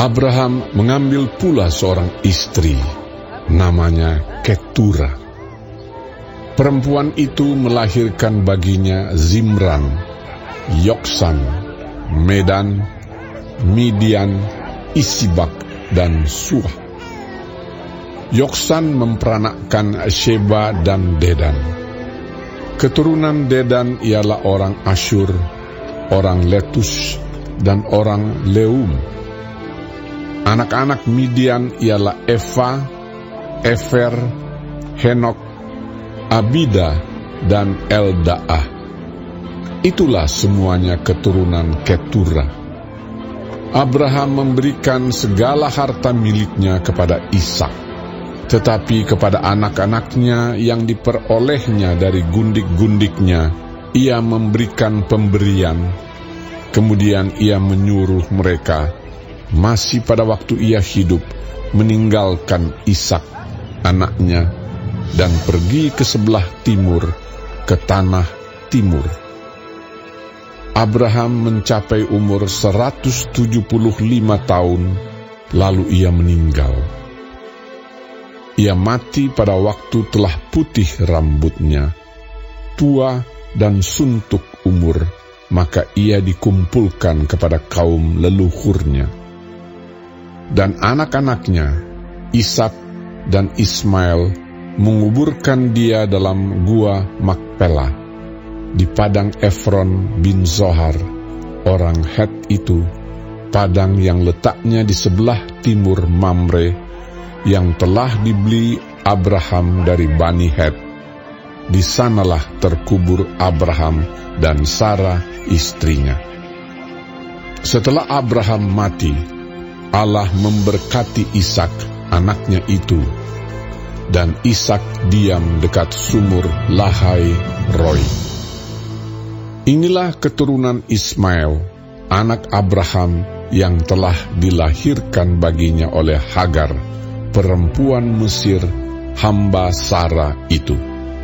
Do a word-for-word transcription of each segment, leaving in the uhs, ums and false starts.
Abraham mengambil pula seorang istri, namanya Ketura. Perempuan itu melahirkan baginya Zimran, Yoksan, Medan, Midian, Isibak, dan Suah. Yoksan memperanakkan Sheba dan Dedan. Keturunan Dedan ialah orang Asyur, orang Letus, dan orang Leum. Anak-anak Midian ialah Eva, Efer, Henok, Abida, dan Eldaah. Itulah semuanya keturunan Ketura. Abraham memberikan segala harta miliknya kepada Ishak, tetapi kepada anak-anaknya yang diperolehnya dari gundik-gundiknya, ia memberikan pemberian. Kemudian ia menyuruh mereka, masih pada waktu ia hidup, meninggalkan Ishak, anaknya, dan pergi ke sebelah timur, ke tanah timur. Abraham mencapai umur seratus tujuh puluh lima tahun, lalu ia meninggal. Ia mati pada waktu telah putih rambutnya, tua dan suntuk umur, maka ia dikumpulkan kepada kaum leluhurnya. Dan anak-anaknya, Ishak dan Ismail, menguburkan dia dalam gua Makpela, di padang Efron bin Zohar, orang Het itu, padang yang letaknya di sebelah timur Mamre, yang telah dibeli Abraham dari Bani Het. Di sanalah terkubur Abraham dan Sarah istrinya. Setelah Abraham mati, Allah memberkati Ishak, anaknya itu, dan Ishak diam dekat sumur Lahai Roi. Inilah keturunan Ismail, anak Abraham yang telah dilahirkan baginya oleh Hagar, perempuan Mesir, hamba Sarah itu.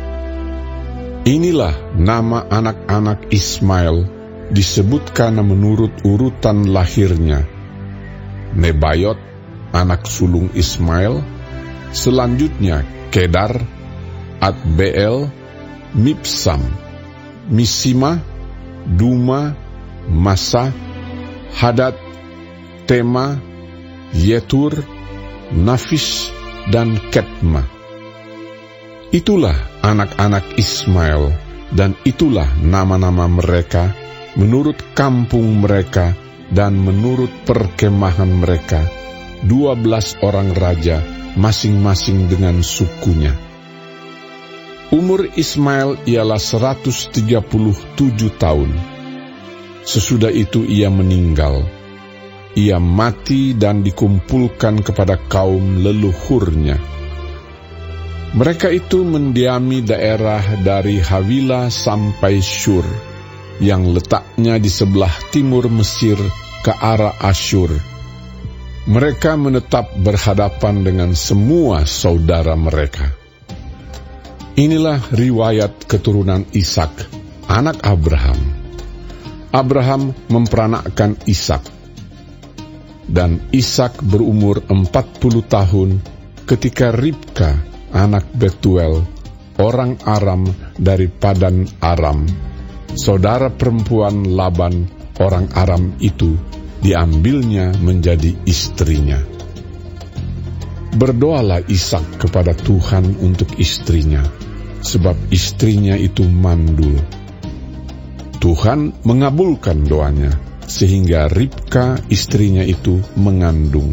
Inilah nama anak-anak Ismail disebutkan menurut urutan lahirnya. Nebayot, anak sulung Ismail, selanjutnya Kedar, Adbeel, Mibsam, Misima, Duma, Masa, Hadad, Tema, Yetur, Nafis, dan Ketma. Itulah anak-anak Ismail, dan itulah nama-nama mereka menurut kampung mereka dan menurut perkemahan mereka, dua belas orang raja, masing-masing dengan sukunya. Umur Ismail ialah seratus tiga puluh tujuh tahun. Sesudah itu ia meninggal. Ia mati dan dikumpulkan kepada kaum leluhurnya. Mereka itu mendiami daerah dari Havila sampai Syur, yang letaknya di sebelah timur Mesir ke arah Asyur. Mereka menetap berhadapan dengan semua saudara mereka. Inilah riwayat keturunan Ishak, anak Abraham. Abraham memperanakkan Ishak, dan Ishak berumur empat puluh tahun ketika Ribka, anak Betuel, orang Aram dari Padan Aram, saudara perempuan Laban, orang Aram itu, diambilnya menjadi istrinya. Berdoalah Ishak kepada Tuhan untuk istrinya, sebab istrinya itu mandul. Tuhan mengabulkan doanya, sehingga Ribka istrinya itu mengandung.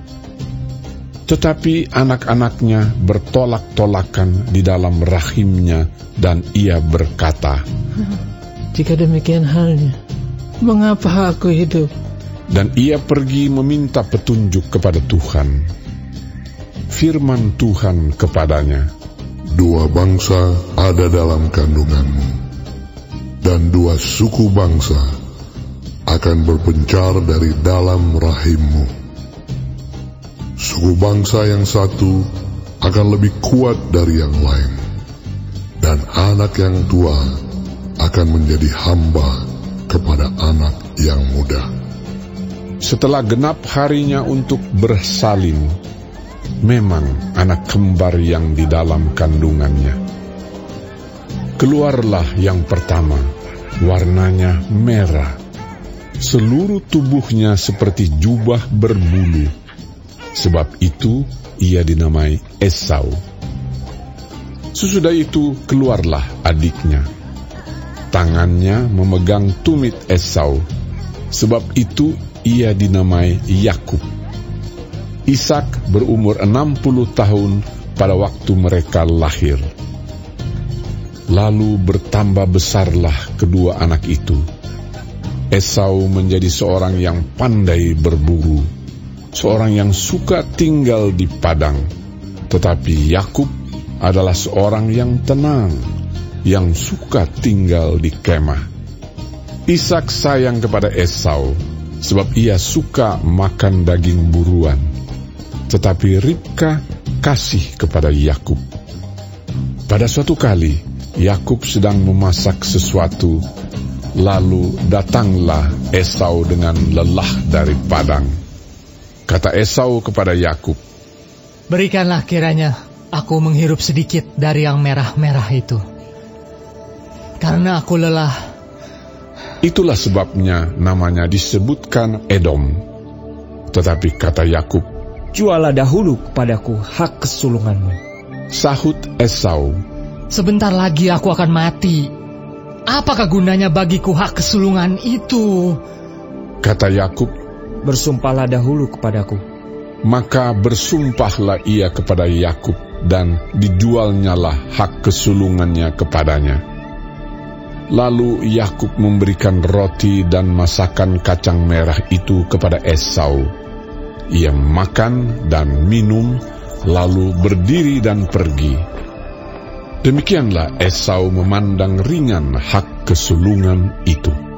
Tetapi anak-anaknya bertolak-tolakan di dalam rahimnya, dan ia berkata, "Jika demikian halnya, mengapa aku hidup?" Dan ia pergi meminta petunjuk kepada Tuhan. Firman Tuhan kepadanya, "Dua bangsa ada dalam kandunganmu, dan dua suku bangsa akan berpencar dari dalam rahimmu. Suku bangsa yang satu akan lebih kuat dari yang lain, dan anak yang tua akan menjadi hamba kepada anak yang muda. Setelah genap harinya untuk bersalin, memang anak kembar yang di dalam kandungannya. Keluarlah yang pertama, warnanya merah. Seluruh tubuhnya seperti jubah berbulu. Sebab itu ia dinamai Esau. Sesudah itu keluarlah adiknya. Tangannya memegang tumit Esau. Sebab itu ia dinamai Yakub. Ishak berumur enam puluh tahun pada waktu mereka lahir. Lalu bertambah besarlah kedua anak itu. Esau menjadi seorang yang pandai berburu, seorang yang suka tinggal di padang. Tetapi Yakub adalah seorang yang tenang, yang suka tinggal di kemah. Ishak sayang kepada Esau, sebab ia suka makan daging buruan. Tetapi Ribka kasih kepada Yakub. Pada suatu kali, Yakub sedang memasak sesuatu, lalu datanglah Esau dengan lelah dari padang. Kata Esau kepada Yakub, "Berikanlah kiranya aku menghirup sedikit dari yang merah-merah itu, karena aku lelah." Itulah sebabnya namanya disebutkan Edom. Tetapi kata Yakub, "Jualah dahulu kepadaku hak kesulunganmu." Sahut Esau, "Sebentar lagi aku akan mati. Apakah gunanya bagiku hak kesulungan itu?" Kata Yakub, "Bersumpahlah dahulu kepadaku." Maka bersumpahlah ia kepada Yakub, dan dijualnyalah hak kesulungannya kepadanya. Lalu Yakub memberikan roti dan masakan kacang merah itu kepada Esau. Ia makan dan minum, lalu berdiri dan pergi. Demikianlah Esau memandang ringan hak kesulungan itu.